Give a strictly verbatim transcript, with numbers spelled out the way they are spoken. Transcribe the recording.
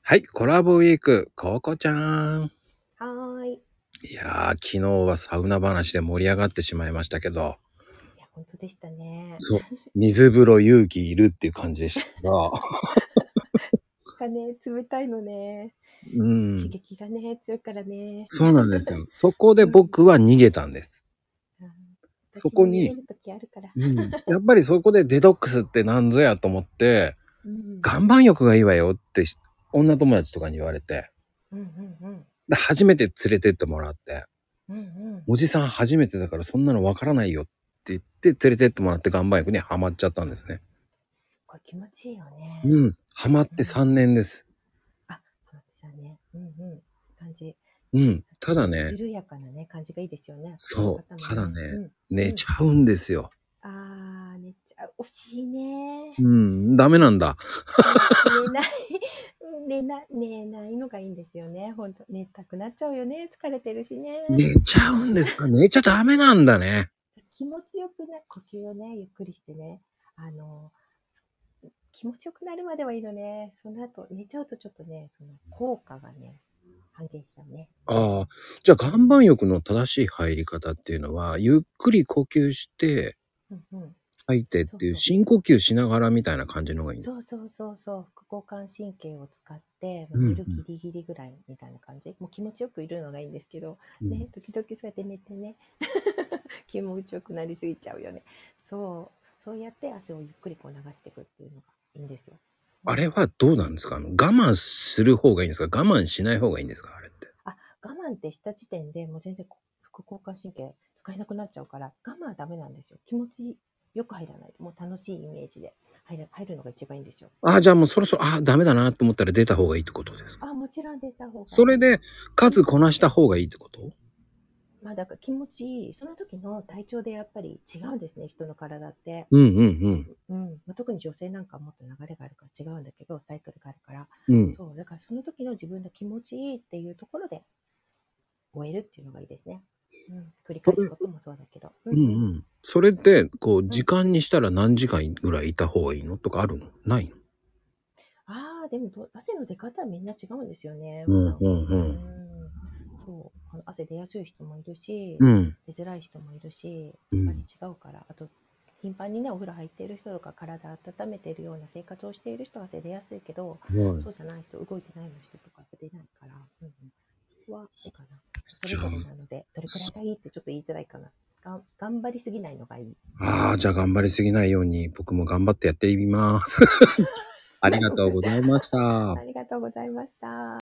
はい、コラボウィーク、ココちゃん。 はーい。 いやー、昨日はサウナ話で盛り上がってしまいましたけど。 いや、本当でしたね。 そう。水風呂勇気いるっていう感じでしたが。 がね、冷たいのね。 うん。 刺激がね、強いからね。 そうなんですよ。そこで僕は逃げたんです。 うん、 そこに、 私も逃げる時あるから。 うん、やっぱりそこでデトックスってなんぞやと思って、 うん、 岩盤浴がいいわよって女友達とかに言われて、 うんうんうんで初めて連れてってもらって、 うんうん。 おじさん初めてだからそんなのわからないよって言って連れてってもらって岩盤浴にハマっちゃったんですね。 すっごい気持ちいいよね。 うん。ハマってさんねんです。 うん、あ、ハマってたね。うんうん。感じ。 うん。ただね、 緩やかなね、感じがいいですよね。 そう。 方もね。 ただね、 うん、 寝ちゃうんですよ。 うん、あー、寝ちゃう。惜しいね。 うん。ダメなんだ。 寝ない、寝ない、寝ないのがいいんですよね。本当寝たくなっちゃうよね。疲れてるしね。 寝ちゃうんですか。寝ちゃダメなんだね。 気持ちよくね、呼吸をね、ゆっくりしてね。あの、気持ちよくなるまではいいのね。その後、寝ちゃうとちょっとね、その効果がね、半減しちゃうね。 ああ。じゃあ岩盤浴の正しい入り方っていうのは、ゆっくり呼吸して、 うんうん。 吐いてっていうそうそう。 深呼吸しながらみたいな感じのがいいんです。 そうそうそうそう。副交感神経を使って、もう寝るうんうん。 ギリギリぐらいみたいな感じ。もう気持ちよくいるのがいいんですけど、 うん、 ね、時々そうやって寝てね、気持ちよくなりすぎちゃうよね。そう。そうやって汗をゆっくりこう流していくっていうのがいいんですよ。うん、 あれはどうなんですか？あの、我慢する方がいいんですか？我慢しない方がいいんですか？あれって。 あ、我慢ってした時点でもう全然副交感神経使えなくなっちゃうから、我慢はダメなんですよ。気持ちよく入らないと。もう楽しいイメージで入る入るのが一番いいんですよ。 ああ、じゃあもうそろそろ、ああ、ダメだなと思ったら出た方がいいってことですか？ あ、もちろん出た方がいい。 それでうん。 数こなした方がいいってこと？ まあだから気持ちいい。その時の体調でやっぱり違うんですね、人の体って。 うんうんうん。 うん。まあ、特に女性なんかはもっと流れがあるから違うんだけど、サイクルがあるから。 うん。 そう。だからその時の自分の気持ちいいっていうところで終えるっていうのがいいですね。うん。繰りそれ、 返すこともそうだけど。うんうんうん。 うん。それって、こう、 うん。 時間にしたら何時間ぐらいいた方がいいのとかあるの？ないの？ ああ、でもど汗の出方はみんな違うんですよね。 うんうなんか。 んうん。 うーん。そう。あの汗出やすい人もいるし、 うん。 出づらい人もいるし、やっぱりうん。 違うから。あと、頻繁にね、お風呂入っている人とか、体温めているような生活をしている人は汗出やすいけど、 はい。 そうじゃない人、動いてないの人とか出ないから、うんうん。そこは、いいかな。そじゃれぞれなので、どれくらいがいいってちょっと言いづらいかな。が頑張りすぎないのがいい。 あ、あー、じゃあ頑張りすぎないように僕も頑張ってやってみます。ありがとうございました。 ありがとうございました。